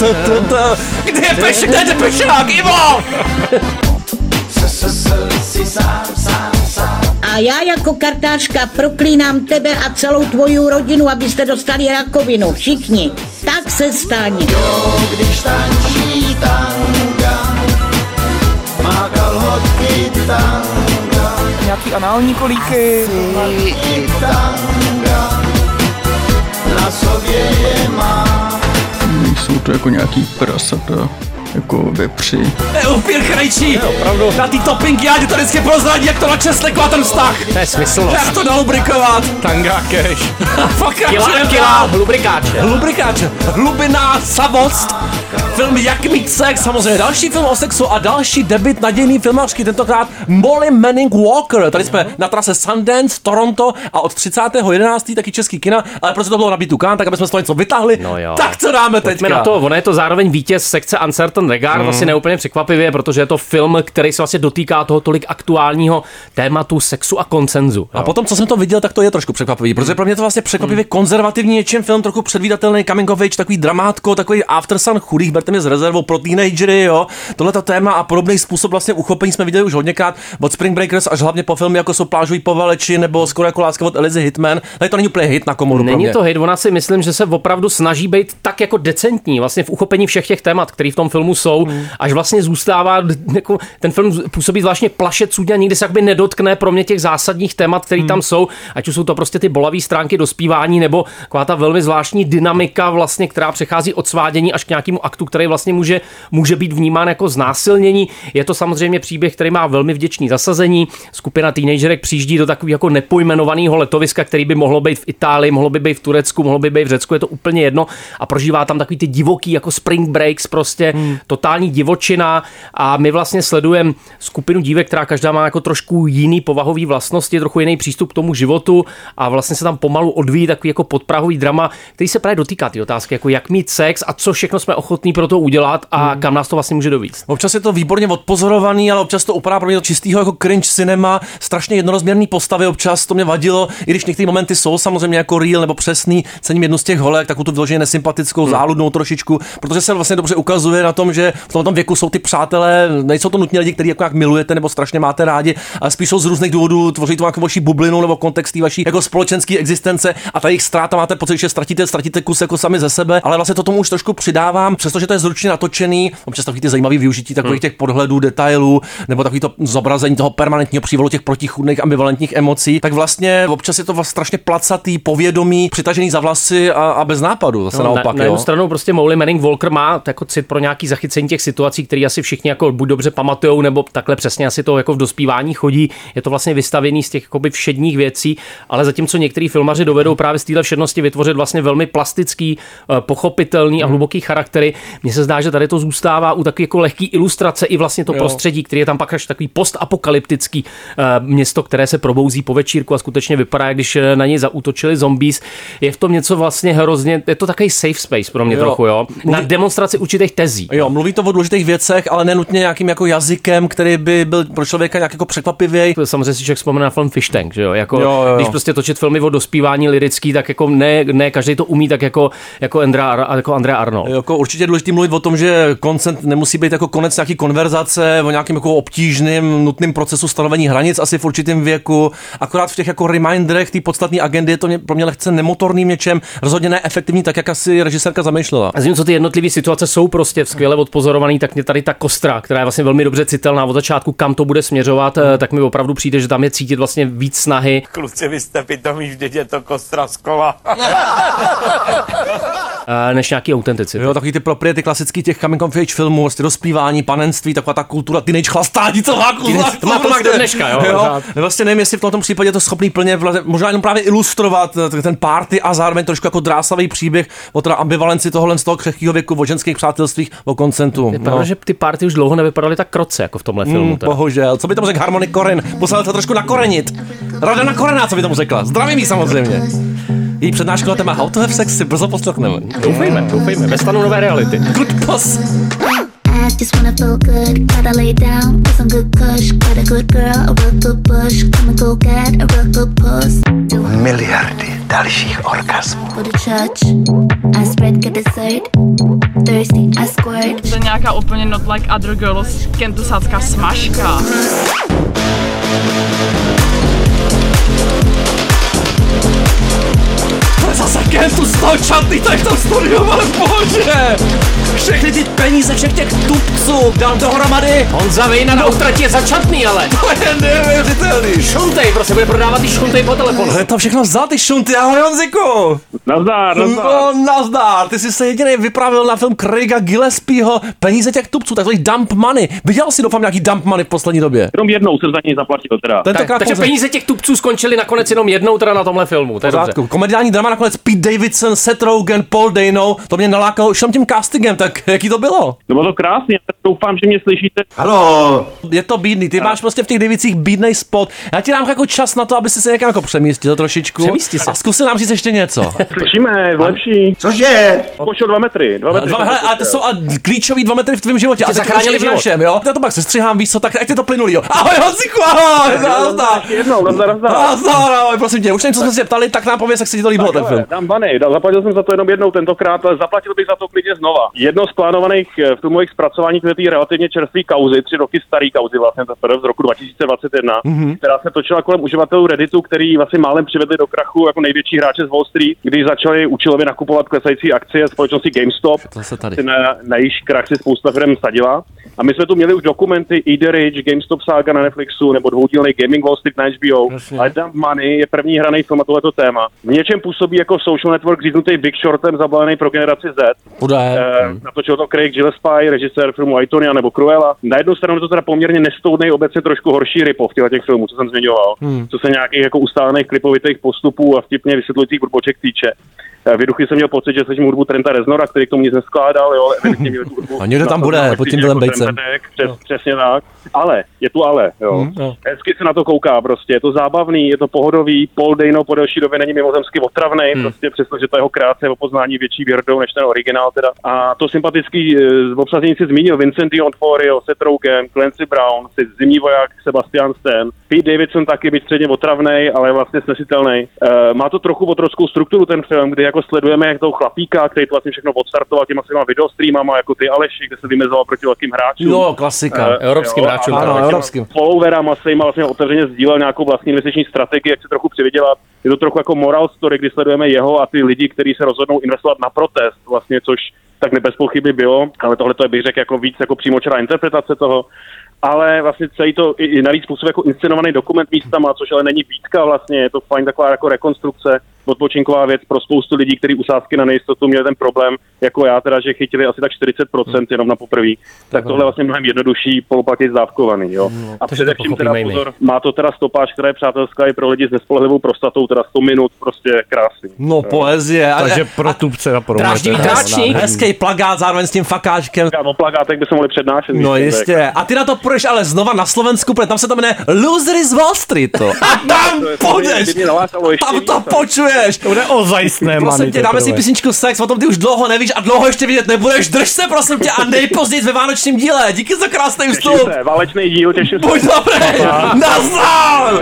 Kde je pešák? Kde je pešák, Ivo? A já jako kartářka proklínám tebe a celou tvoji rodinu, abyste dostali rakovinu. Všichni. Tak se staň. Jo, když tančí tanga, má kalhotky tanga. Nějaký anální kolíky. Tanga, na sobě je má. Jsou to jako nějaký prasata. Jako vepři. Je upír krejčí! Na tý topping já to vždycky prozradí, jak to načesleku a ten vztah. To je smyslnost. Jak to nalubrikovat? Tanga cash. Kila, kila, lubrikáče. Lubrikáče. Hlubina, savost. Film Jak mít sex, samozřejmě další film o sexu a další debut nadějný filmařky, tentokrát Molly Manning Walker. Tady jsme na trase Sundance, Toronto a od třicátého jedenáctého taky český kina, ale protože to bylo na Beatu Cannes, tak aby jsme z toho něco vytáhli. No tak co dáme teďka? Pojďme na to, ono je to zároveň vítěz sekce Uncertain Regard, hmm. asi neúplně překvapivě, protože je to film, který se vlastně dotýká toho tolik aktuálního tématu sexu a konsenzu. A potom, co jsem to viděl, tak to je trošku překvapivý, protože pro mě to vlastně překvapivě hmm. konzervativní něčím film, trochu předvídatelný coming of age, takový dramátko, takový aftersun chudých, berte mě s rezervou pro teenagery, jo. Tohleto téma a podobný způsob vlastně uchopení jsme viděli už hodněkrát od Spring Breakers až hlavně po filmy jako jsou Plážoví povaleči nebo Skoro jako láska od Elizy Hitman. Tady to není úplně hit na komoru. Není to hit, ona si myslím, že se opravdu snaží být tak jako decentní, vlastně v uchopení všech těch témat, které v tom filmu jsou, hmm. až vlastně zůstává jako ten film působí zvláštně plaše cudně a nikdy se jakoby nedotkne pro mě těch zásadních témat, které hmm. tam jsou, ať už jsou to prostě ty bolavé stránky dospívání nebo taková ta velmi zvláštní dynamika vlastně, která přechází od svádění až k nějakému aktu, který vlastně může, může být vnímán jako znásilnění. Je to samozřejmě příběh, který má velmi vděčný zasazení. Skupina teenagerek přijíždí do takového jako nepojmenovaného letoviska, který by mohlo být v Itálii, mohlo by být v Turecku, mohlo by být v Řecku, je to úplně jedno a prožívá tam takový ty divoký jako spring breaks, prostě hmm. totální divočina a my vlastně sledujeme skupinu dívek, která každá má jako trošku jiný povahový vlastnosti, trochu jiný přístup k tomu životu a vlastně se tam pomalu odvíjí takový jako podprahový drama, který se právě dotýká ty otázky, jako jak mít sex a co všechno jsme ochotní pro to udělat a hmm. kam nás to vlastně může dovést. Občas je to výborně odpozorovaný, ale občas to upadá pro mě do čistého jako cringe cinema, strašně jednorozměrný postavy, občas to mě vadilo, i když některé momenty jsou samozřejmě jako real nebo přesný, cením jednu z těch holek, takovou tu vyloženě nesympatickou, hmm. záludnou trošičku, protože se vlastně dobře ukazuje na tom, tom, že v tomto věku jsou ty přátelé, nejsou to nutně lidi, kteří jako jak milujete nebo strašně máte rádi, ale spíš jsou z různých důvodů, tvoří to nějakou vaši bublinu nebo kontext té vaší jako společenské existence a ta jejich ztráta máte pocit, že ztratíte, ztratíte kus jako sami ze sebe, ale vlastně to tomu už trošku přidávám, přestože to je zručně natočený, občas takový ty zajímavý využití takových těch podhledů, detailů nebo takový to zobrazení toho permanentního přívolu těch protichůdných ambivalentních emocí, tak vlastně občas je to vlastně strašně placatý, povědomí, přitažený za vlasy a, a bez nápadu, zase no, naopak. Na, na jednu stranu prostě Molly Manning Walker má jako cit pro nějaký zachycení těch situací, které asi všichni jako buď dobře pamatujou, nebo takhle přesně asi to jako v dospívání chodí. Je to vlastně vystavěný z těch jakoby všedních věcí, ale zatímco některý filmaři dovedou právě z téhle všednosti vytvořit vlastně velmi plastický, pochopitelný a hluboký charaktery. Mně se zdá, že tady to zůstává u takový jako lehký ilustrace i vlastně to jo. prostředí, který je tam pak až takový postapokalyptický uh, město, které se probouzí po večírku a skutečně vypadá, jak když na něj zaútočili zombies. Je v tom něco vlastně hrozně, je to takový safe space pro mě jo. trochu, jo. Na mluví... demonstraci určitých tezí. Jo, mluví to o důležitých věcech, ale nenutně nějakým jako jazykem, který by byl pro člověka nějak jako překvapivý. Samozřejmě si člověk vzpomene na film Fish Tank, že jo? Jako, jo, jo. Když prostě točit filmy o dospívání lirický, tak jako ne, ne každý to umí tak jako, jako, Andrea, jako Andrea Arnold. Jako určitě je důležité mluvit o tom, že koncent nemusí být jako konec nějaký konverzace, o nějakým jako obtížným, nutným procesu stanovení hranic asi v určitém věku. Akorát v těch jako reminderech té podstatné agendy je to mě, pro mě lehce nemotorným něčem, rozhodně neefektivní, tak jak asi režisérka zamýšlela. A co ty jednotlivé situace jsou prostě skvěle odpozorovaný, tak mě tady ta kostra, která je vlastně velmi dobře citelná od začátku, kam to bude směřovat, tak mi opravdu přijde, že tam je cítit vlastně víc snahy. Kluci, vy jste pitomí, vždyť je to kostra z kola. Než nějaký autenticity. Jo, takový ty propriety klasický těch coming of age filmů, vlastně dospívání, panenství, taková ta kultura teenage chlastání, co má kultura. To má to prostě, do dneška, jo. jo vlastně nevím, jestli v tom případě je to schopný plně možná jenom právě ilustrovat ten party a zároveň trošku jako drásavý příběh o teda ambivalenci tohohle z toho křehkého věku, o ženských přátelstvích, o koncentu. Je pravda, no. že ty party už dlouho nevypadaly tak kroce jako v tomhle filmu. Mm, bohužel. Co by tomu řekl Harmony Korine? Poslal to trošku nakorenit. Rada Korená, co by tomu řekla? Zdravím jí samozřejmě. Její přednášku na téma How to have sex si brzo poslechneme. Doufejme, doufejme. Ve stanu nové reality. Good boss. I just wanna feel good, gotta lay down with some good kush. Got a good girl, a real good bush. Come and go get a real good puss. Miliardy dalších orgasmů. Go to church, I spread, get dessert. Thirsty, I squirt. To je nějaká úplně not like other girls, kentusácká smažka. Zase Kentu z toho čatný tady v tom studiu, ale bože! Všechny ty peníze všech těch tupců dám dohromady. Honza Vejna na utratí je začatný, ale. To je neuvěřitelný. Šuntej, prostě bude prodávat ty šuntej po telefonu. Ale to všechno vzal ty šunty, ahoj Honziku. Nazdár, nazdár. No, nazdár, ty jsi se jediný vypravil na film Craiga Gillespieho Peníze těch tupců, takový dump money. Viděl jsi doufám nějaký dump money v poslední době? Jenom jednou jsem za něj zaplatil teda. Tak, takže pouze... peníze těch tupců skončily nakonec jenom jednou teda na tomhle filmu. To je dobře. Komediální drama nakonec Pete Davidson, Seth Rogen, Paul Dano, to mě nalákalo už tím castingem, tak jaký to bylo? No bylo to krásný, doufám, že mě slyšíte. Halo. Je to bídný, ty máš prostě v těch Davicích bídnej spot. Já ti dám jako čas na to, aby si se někam jako přemístil trošičku. Přemísti se. A zkus nám říct ještě něco. Slyšíme, lepší. Cože? Pošel dva metry. Dva metry. Dva, hele, a to jsou a klíčový dva metry v tvém životě. A zachránili v našem, jo? Já to pak se střihám, víc co, tak ať je to plynulý, jo. Ahoj, Honziku, ahoj, nazdar. Jednou, nazdar, nazdar. Nazdar, ahoj, prosím tě, už něco jsme se ptali, tak nám pověz, jak se ti to líbilo ten film. Dám bany, zaplatil jsem za to jenom jednou tentokrát, ale zaplatil bych za to klidně znova. Jedno z plánovaných filmových zpracování té relativně čerstvé kauzy, tři roky starý kauzy vlastně z roku dva tisíce dvacet jedna, mm-hmm. která se točila kolem uživatelů Redditu, který vlastně málem přivedli do krachu jako největší hráče z Wall Street, když začali účelově nakupovat klesající akcie společnosti GameStop. To se tady. Na, na jejíž krach si spousta firm sadila. A my jsme tu měli už dokumenty Eat Rich, GameStop Saga na Netflixu nebo dvoudílný Gaming Wall Street na H B O. Jasně. Ale Dump Money je první hraný film na tohleto téma. V něčem působí jako Social Network říznutý Big Shortem zabalený pro generaci Z. E, natočil to Craig Gillespie, režisér filmu Aitonia nebo Cruella. Na jednu stranu to teda poměrně nestoudnej, obecně trošku horší ripov těch filmů, co jsem zmiňoval. Hmm. Co se nějakých jako ustálených klipovitých postupů a vtipně vysvětlujících hudboček týče. V Viduchy jsem měl pocit, že slyším hudbu Trenta Reznora, který k tomu nic neskládal, jo, ale evidentně měl tu hudbu. A někde tam bude, pod tím Billem Batesem. Přes, přesně tak. Ale, je tu ale, jo. Hmm, no. Hezky se na to kouká prostě, je to zábavný, je to pohodový, Paul Dano po delší době není mimozemsky otravnej, hmm. prostě přestože ta jeho krátce je o poznání větší věrdou než ten originál teda. A to sympatický v obsazení si zmínil Vincent D'Onofrio, Seth Rogen, Clancy Brown, zimní voják Sebastian Stan, Pete Davidson taky byť středně otravnej, ale vlastně snesitelný. E, má to trochu otrockou strukturu ten film, kdy jako jako sledujeme jak toho chlapíka, který to vlastně všechno odstartoval těma svýma videostreamama, jako ty Aleši, kde se vymezoval proti velkým hráčům. No, klasika. Uh, evropským jo, hráčům. Ano, evropským. Followerama se jim vlastně otevřeně sdílel nějakou vlastní investiční strategii, jak se trochu přivydělat. Je to trochu jako moral story, kdy sledujeme jeho a ty lidi, kteří se rozhodnou investovat na protest, vlastně, což tak bez pochyby bylo, ale tohle to je, bych řekl, jako víc jako přímočará interpretace toho. Ale vlastně celý to i navíc způsob jako inscenovaný dokument místama, což ale není výtka vlastně, je to fajn taková jako rekonstrukce, odpočinková věc pro spoustu lidí, kteří u sázky na nejistotu měli ten problém, jako já teda, že chytili asi tak čtyřicet procent jenom na poprvý, tak tohle je vlastně mnohem jednodušší poloplatit zdávkovaný, jo. No, a především teda pozor, má to teda stopáž, která je přátelská i pro lidi s nespolehlivou prostatou, teda sto minut, prostě krásný. No, poezie. Takže pro tubce a pro hezký plagát zároveň s tím fakáčkem. O plagátek by se mohli přednášet. No jistě. A ty na to půjdeš ale znova na Slovensku, protože tam se to jmenuje Losery z Wall Streetu. A tam půjdeš. Tam to počuješ. To bude o zajistné, prosím tě, dáme si písničku Sex, o tom ty už dlouho nevíš a dlouho ještě vidět nebudeš. Drž se, prosím tě, a nejpozději ve vánočním díle. Díky za krásný vstup. Těším se, válečný díl, těším se. Buď dobrý. Nazdar.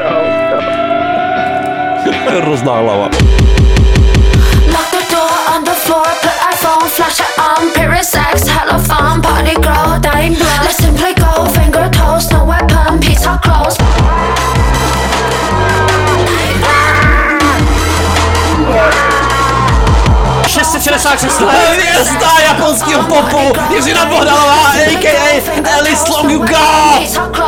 Hrozná hlava. Lock the door on the floor, put iPhone, flash it on, period sex, hella fun, party glow, dying blood. Let's simply go, finger toast, no weapon, peace out close. šest set šedesát šest let. Hvězda japonského popu, Jiřina Bohdalová, a k a. Alice Long You Go.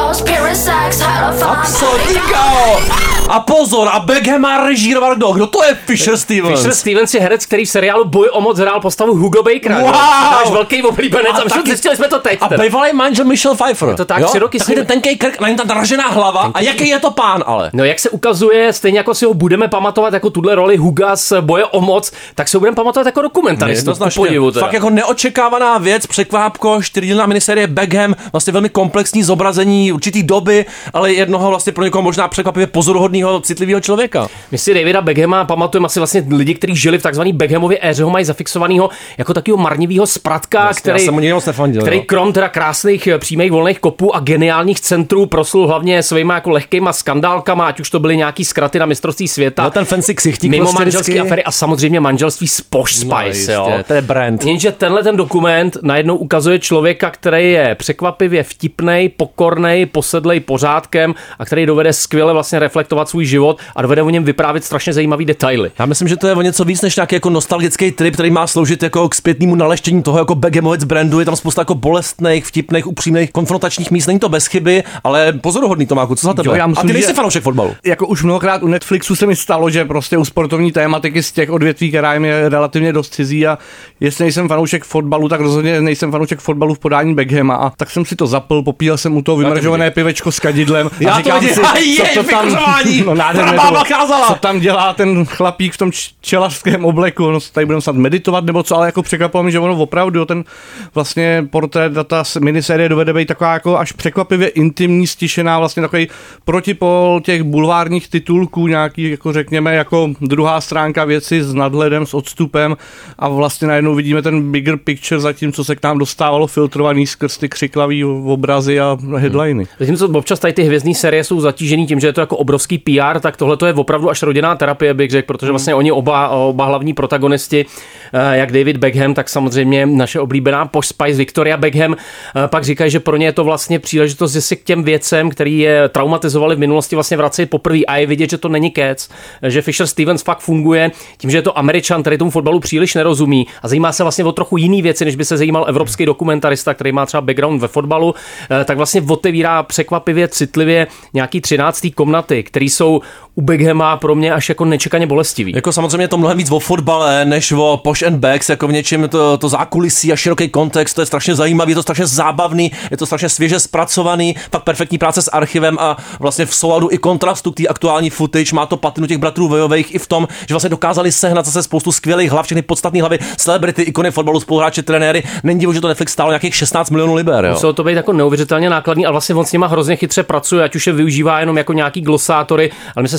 Absolutně go. A pozor, a Beckham má režírovat kdo? Kdo to je Fisher Stevens? Fisher Stevens je herec, který v seriálu Boj o moc hrál postavu Hugo Bakera. Wow. Náš velký oblíbenec a, a taky, zjistili jsme to teď. A bývalý manžel Michelle Pfeiffer. Je to tak, tři roky. Takový ten tenkej krk, na něm ta dražená hlava. Tenkej. A jaký je to pán ale? No jak se ukazuje, stejně jako si ho budeme pamatovat jako tuhle roli Huga z Boje o moc, tak se ho budeme pamatovat jako dokumentaristu. Fakt jako neočekávaná věc, překvápko, čtyřdílná miniserie Beckham, vlastně velmi komplexní zobrazení určitý doby, ale jednoho vlastně pro někoho možná překvapivě pozoruhodného, citlivého člověka. My si Davida Beckhama pamatujeme asi vlastně lidi, kteří žili v takzvané Beckhamově éře, ho mají zafixovaného jako takového marnivého spratka, vlastně, který, nefandil, který jo. krom teda krásných přímých volných kopů a geniálních centrů proslul hlavně svýma jako lehkýma skandálkama, ať už to byly nějaký zkraty na mistrovství světa. No ten fancy ksichtík mimo prostě manželské vždycky. aféry a samozřejmě manželství s Posh Spice, no, jo. To je brand. Jenže tenhle ten dokument najednou ukazuje člověka, který je překvapivě vtipnej, pokornej, posedlej pořádkem a který dovede skvěle vlastně reflektovat svůj život a dovede o něm vyprávět strašně zajímavý detaily. Já myslím, že to je o něco víc než nějaký jako nostalgický trip, který má sloužit jako k zpětnému naleštění toho jako Beckhamovec brandu. Je tam spousta jako bolestných, vtipných, upřímných, konfrontačních míst. Není to bez chyby, ale pozoruhodný, Tomáku, co za tebe? Jo, já myslím, a ty nejsi že... fanoušek fotbalu. Jako už mnohokrát u Netflixu se mi stalo, že prostě u sportovní tématiky z těch odvětví, která jim je relativně dost cizí, a jestli nejsem fanoušek fotbalu, tak rozhodně nejsem fanoušek fotbalu v podání Beckhama, a tak jsem si to zapl, popíjel jsem u toho vymržované pivečko s kadidlem a já říkám to si, je, co to tam, no, nádherné to, co tam dělá ten chlapík v tom čelařském obleku, no, tady budeme snad meditovat nebo co, ale jako překvapilo mi, že ono opravdu ten vlastně portrét, ta minisérie dovede být taková jako až překvapivě intimní, stišená, vlastně takový protipol těch bulvárních titulků, nějaký jako řekněme jako druhá stránka věci s nadhledem, s odstupem, a vlastně najednou vidíme ten bigger picture za tím, co se k nám dostávalo filtrovaný skrz ty křiklavý obrazy a headliny. Hmm. Zatímco občas tady ty hvězdní série jsou zatížený tím, že je to jako obrovský P R, tak tohle to je opravdu až rodinná terapie, bych řekl, protože vlastně oni oba, oba hlavní protagonisti, jak David Beckham, tak samozřejmě naše oblíbená Posh Spice Victoria Beckham, pak říkají, že pro ně je to vlastně příležitost, že si k těm věcem, který je traumatizovali v minulosti, vlastně vracejí poprvé, a je vidět, že to není kec, že Fisher Stevens fakt funguje tím, že je to Američan, který tomu fotbalu příliš nerozumí a zajímá se vlastně o trochu jiný věci, než by se zajímal evropský dokumentarista, který má třeba background ve fotbalu, tak vlastně otevírá překvapivě citlivě nějaký třináctý komnaty, které jsou u Beckhama pro mě až jako nečekaně bolestivý. Jako samozřejmě je to mnohem víc o fotbale, než o Posh and Becks, jako v něčem to, to zákulisí a široký kontext, to je strašně zajímavý, je to strašně zábavný, je to strašně svěže zpracovaný, fakt perfektní práce s archivem a vlastně v souladu i kontrastu k té aktuální footage, má to patinu těch bratrů Vejových i v tom, že vlastně dokázali sehnat zase spoustu skvělých hlav, všechny podstatné hlavy, celebrity, ikony fotbalu, spoluhráče, trenéry. Není divu, že to Netflix stálo nějakých šestnáct milionů liber, jo. Muselo to být jako neuvěřitelně nákladný, ale vlastně on s nima hrozně chytře pracuje, ať už je využívá jenom jako nějaký glosátory, ale mi se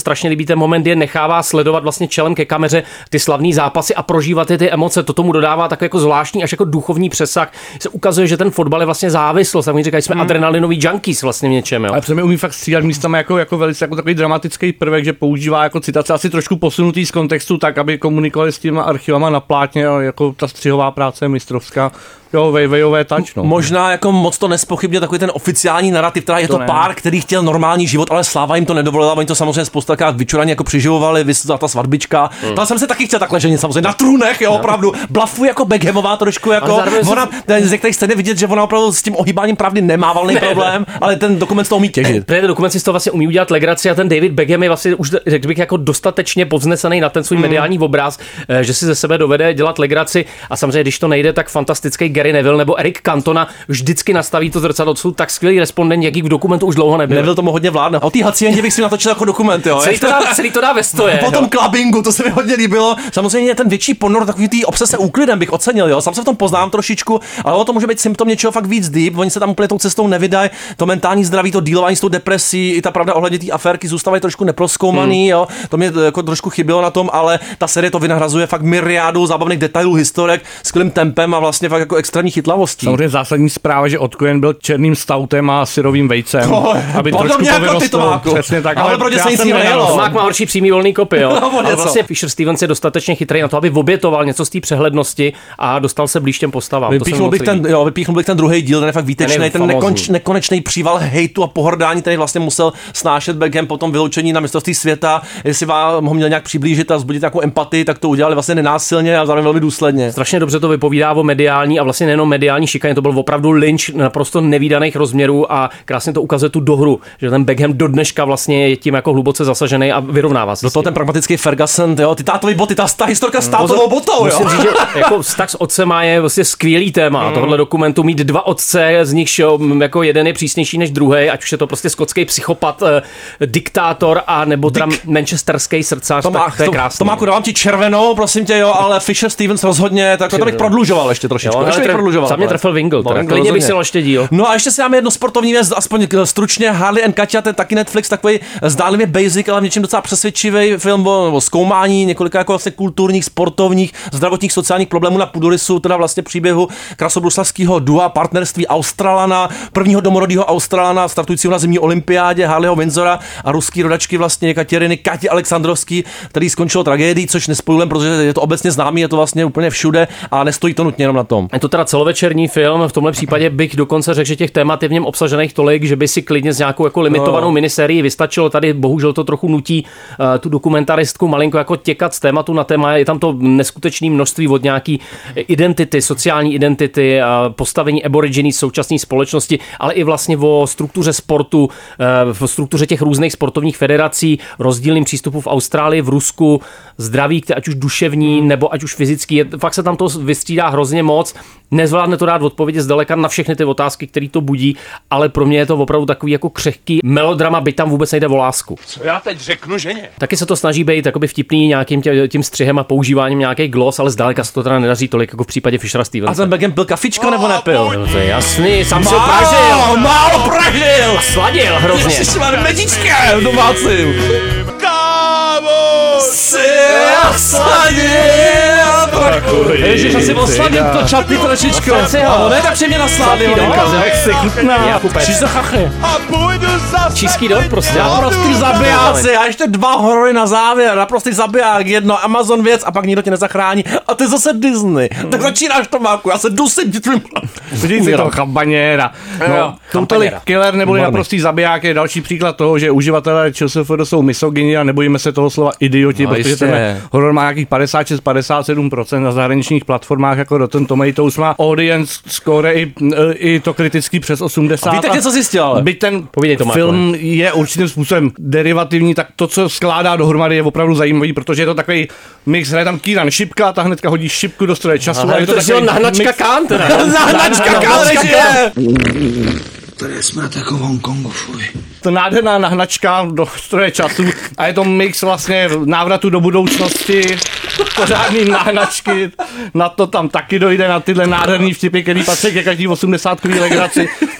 strašně líbí ten moment, je nechává sledovat vlastně čelem ke kameře ty slavný zápasy a prožívat ty, ty emoce. To tomu dodává takový jako zvláštní až jako duchovní přesah. Se ukazuje, že ten fotbal je vlastně závislost. Tak mi říkají, jsme hmm. adrenalinový junkies vlastně v něčem. Jo. Ale přesně umí fakt střídat místama jako, jako velice jako takový dramatický prvek, že používá jako citace asi trošku posunutý z kontextu tak, aby komunikovali s těma archivama na plátně, jako ta střihová práce je mistrovská. Jo, vejvejové tač, no. Možná jako moc to nespochybně takový ten oficiální narrativ, teda je to, to pár, který chtěl normální život, ale sláva jim to nedovolila, oni to samozřejmě spoustakrát vyčuraně jako přeživovali, vysvětlila ta svatbička. Hmm. Tam jsem se taky chtěl takhle ženit, samozřejmě na trůnech, jo, opravdu. Blafuje jako Beckhamová trošku, jako ona, ze kterých jste vidět, že ona opravdu s tím ohýbáním pravdy nemá valný problém, ale ten dokument to umí těžit. Ten dokument si to vlastně umí udělat legraci a ten David Beckham je vlastně už, řekl bych, jako dostatečně povznesený na ten svůj hmm. mediální obraz, že si ze sebe dovede dělat legraci a samozřejmě, když to nejde, tak fantastický Gary Neville nebo Eric Cantona vždycky nastaví to zrcadlo, jsou tak skvělý respondent, jaký v dokumentu už dlouho nebyl. Neville tomu hodně vládne. O té haciendě bych si natočil jako dokument, jo. Celý to dá, celý to dá ve stoje. Po tom clubbingu, to se mi hodně líbilo. Samozřejmě ten větší ponor, takový tý obsese úklidem bych ocenil, jo. Sám se v tom poznám trošičku, ale to může být symptom něčeho fakt víc deep. Oni se tam úplně tou cestou nevydají. To mentální zdraví, to dealování s tou depresí, i ta pravda ohledně té aférky zůstávají trošku neprozkoumaný, hmm. jo. To mě jako trošku chybělo na tom, ale ta série to vynahrazuje fakt myriádu zábavných detailů, historek, skvělým tempem a vlastně fakt jako extrémní chytlavostí. Samozřejmě zásadní zpráva, že Odkojen byl černým stoutem a syrovým vejcem, no, aby trošku povyrostl. Přesně tak, ale, ale proč se nic nejelo? Mák má horší přímý volný kopy, jo. No, ale vlastně Fisher Stevens je dostatečně chytrý na to, aby obětoval něco z té přehlednosti a dostal se blíž těm postavám. Vypíchnul bych ten, jo, vypíchnul bych ten druhý díl, ten je fakt výtečný, ten nekonč, nekonečný příval hejtu a pohrdání, který vlastně musel snášet Beckham po tom vyloučení na mistrovství světa. Jestli vám ho měl nějak přiblížit a vzbudit nějakou empatii, tak to udělali vlastně nenásilně a zároveň velmi důsledně. Strašně dobře to vypovídá o mediální a vlastně nejenom mediální šikaně, to byl opravdu lynč naprosto nevídaných rozměrů a krásně to ukazuje tu dohru, že ten Beckham do dneška vlastně je tím jako hluboce zasažený a vyrovnává se. Do toho ten pragmatický Ferguson, jo, ty tátový boty, ta, ta historka s tátovou botou, jo. Musím říct, že jako vztah s otcema je vlastně skvělý téma. Mm. Tohle dokumentu mít dva otce, z nich jako jeden je přísnější než druhý, ať už je to prostě skotský psychopat, eh, diktátor a nebo teda manchesterský srdcař, to má, tak to je krásný. To má dávám ti červenou, prosím tě, jo, ale Fisher Stevens rozhodně, tak to bych prodlužoval ještě trošičku. Jo, ještě prodlužoval. Sam mě trefil Wingle, no, klidně bych si dal ještě díl. No a ještě si dáme jedno sportovní věc, aspoň stručně, Harley and Katia, ten taky Netflix, takový zdánlivě basic, ale v něčem docela přesvědčivý film o, o zkoumání několika jako vlastně kulturních, sportovních, zdravotních, sociálních problémů na půdorysu, teda vlastně příběhu krasobruslařského dua, partnerství Australana, prvního domorodého Australana, startujícího na zimní olympiádě, Harleyho Windsora a ruský rodačky vlastně Katěriny, Kati Alexandrovský, který skončil tragédií, což nespojujeme, protože je to obecně známý, je to vlastně úplně všude a nestojí to nutně jenom na tom. Je to teda celovečerní film, v tomhle případě bych dokonce řekl, že těch témat je v něm obsažených tolik, že by si klidně s nějakou jako limitovanou no. minisérii vystačilo. Tady bohužel to trochu nutí uh, tu dokumentaristku malinko jako těkat z tématu na téma. Je tam to neskutečné množství od nějaký identity, sociální identity, uh, postavení aboriginy současné společnosti, ale i vlastně o struktuře sportu, uh, v struktuře těch různých sportovních federací, rozdílným přístupu v Austrálii, v Rusku, zdraví, ať už duševní nebo ať už fyzický. Je, fakt se tam to vystřídá hrozně moc. Nezvládne to dát odpovědi zdaleka na všechny ty otázky, které to budí, ale pro mě je to opravdu takový jako křehký melodrama, byť tam vůbec nejde o lásku. Co já teď řeknu, že ne? Taky se to snaží být jakoby vtipný nějakým tě, tím střihem a používáním nějakých glos, ale zdaleka se to teda nedaří tolik jako v případě Fishera Stevensa. A ten Beckham pil kafičko nebo nepil? No, to je jasný, sám si ho pražil. Málo pražil. A sladil hrozně. Jsi si mám medička domácím. Kámo, si sladil. Ježiš, asi osladím to čapy trošičku. A ono je tak mě nasládil. Jak se chutná. Číský dor prostě. Naprostý zabijáci a ještě dva horory na závěr. Naprostý zabiják, jedno Amazon věc a pak nikdo tě nezachrání. A ty zase Disney. Tak začínáš to, Máku, já se dusím tvým. Vidíš si to, champaněra. No, Totally Killer neboli naprostý zabiják je další příklad toho, že uživatelé ČSFD jsou misogyni a nebojíme se toho slova idioti, no, protože ten horor má nějakých padesát šest padesát sedm procent na zahraničních platformách jako Rotten Tomatoes má audience score i, i to kritický přes osmdesát. A víte, co zjistil, ale? Byť ten film je určitým způsobem derivativní, tak to, co skládá dohromady, je opravdu zajímavý, protože je to takový mix, hraje tam Kieran Šipka, ta hnedka hodí šipku do stroje času. Aha, a je to, to takový nahnačka Kán teda. Nahnačka Kán režie. Tady je smrt jako v Hongkongu, fuj. To nádherná nahnačka do stroje času a je to mix vlastně návratu do budoucnosti, pořádný nahnačky, na to tam taky dojde, na tyhle nádherný vtipy, který patří ke každý osmdesátkový legraci.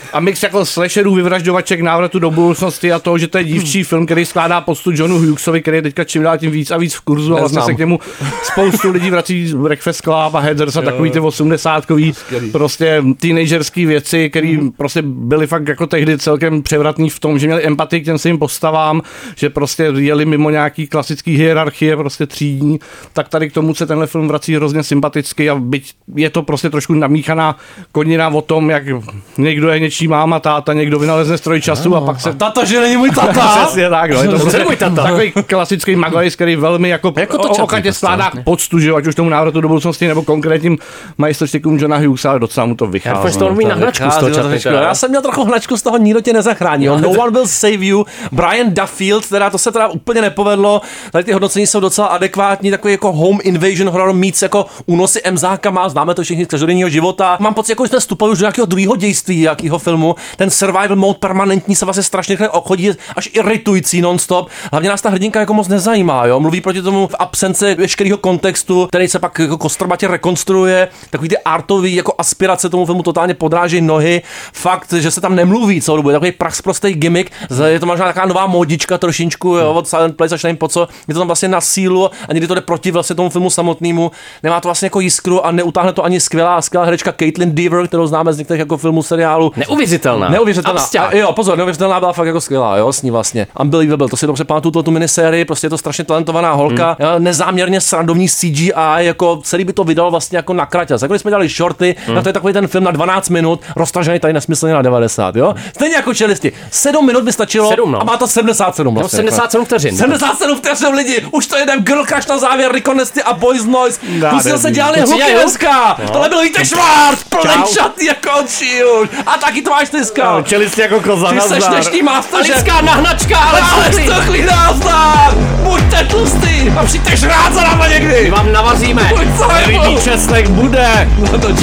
A mix jako slasherů, vyvražďovaček, návratu do budoucnosti a toho, že to je dívčí film, který skládá poctu Johnu Hughesovi, který je teďka čím dál tím víc a víc v kurzu a vlastně se k němu spoustu lidí vrací Breakfast Club a Heathers a takový ty osmdesátkový prostě teenagerský věci, které prostě byly fakt jako tehdy celkem převratný v tom, že měli empatii k těm svým postavám, že prostě jeli mimo nějaký klasický hierarchie, prostě třídní, tak tady k tomu se tenhle film vrací hrozně sympaticky a byť je to prostě trošku namíchaná konina o tom, jak někdo je něčí máma, táta, někdo vynalezne stroj času a pak se... A tata, že není můj tata! Přesně tak, no. Je to prostě takový klasický Maguire, který velmi jako, jako to okatě skládá k poctu, že ať už tomu návratu do budoucnosti nebo konkrétním majstrštěkům Johna Hughesa, ale docela mu to vychází. Já to umí na hnačku z toho čapy, Já jsem měl trochu hnačku z toho, nikdo tě nezachrání. No One Will Save You, Brian Duffield, teda to se teda úplně nepovedlo. Tady ty hodnocení jsou docela adekvátní, takový jako home invasion horror meets jako únosy emzákama, známe to všichni z každodenního života. Mám pocit, jako jsme vstupovali už do nějakého druhého dějství, jakého filmu. Ten survival mode permanentní se vlastně strašně rychle chodí, až iritující non-stop. Hlavně nás ta hrdinka jako moc nezajímá, jo. Mluví proti tomu v absence veškerého kontextu, který se pak jako kostrbatě rekonstruuje. Takový ty artový jako aspirace tomu filmu totálně podráží nohy. Fakt, že se tam nemluví celou dobu, je takový prachsprostý gimmick. Je to možná taková nová módička trošičku, jo, od Silent Place, až nevím po co. Je to tam vlastně na sílu a někdy to jde proti vlastně tomu filmu samotnému. Nemá to vlastně jako jiskru a neutáhne to ani skvělá, skvělá herečka Caitlin Dever, kterou známe z některých jako filmů, seriálu. Neuvěřitelná. Neuvěřitelná. A jo, pozor, neuvěřitelná byla fakt jako skvělá, jo, s ní vlastně. Unbelievable, to si dobře pamatuju tu minisérii, prostě je to strašně talentovaná holka, hmm. nezáměrně srandovní C G I, jako celý by to vydal vlastně jako na kraťas. Jako když jsme dělali shorty, hmm. tak to je takový ten film na dvanáct minut, roztažený tady nesmyslně na devadesát, jo. Stejně jako Čelisti. sedm minut by stačilo sedm, no. A má to sedmdesát sedm vlastně. No, sedmdesát sedm vteřin. sedmdesát sedm vteřin lidi, už to jeden girl crush na závěr, Riconesty a Boys Noise. Kluci zase dělali hluky dneska. Tohle byl Vítek Švárc, plný šatý jako očí už. A taky to máš dneska. No, Čelisti jako koza. Ty seš dnešní máster, že? Lidská nahnačka, ale stuchlý názdar. Buďte tlustý a přijďte žrát za náma někdy. My vám navaříme. Rybí česnek bude. No to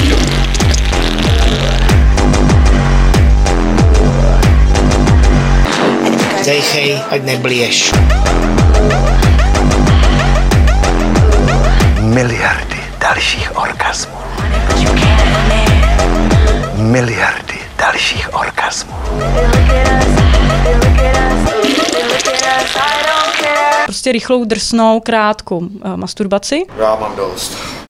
Dejchej, ať neblíješ. Miliardy dalších orgasmů. Miliardy dalších orgasmů. Prostě rychlou, drsnou, krátkou masturbaci. Já mám dost.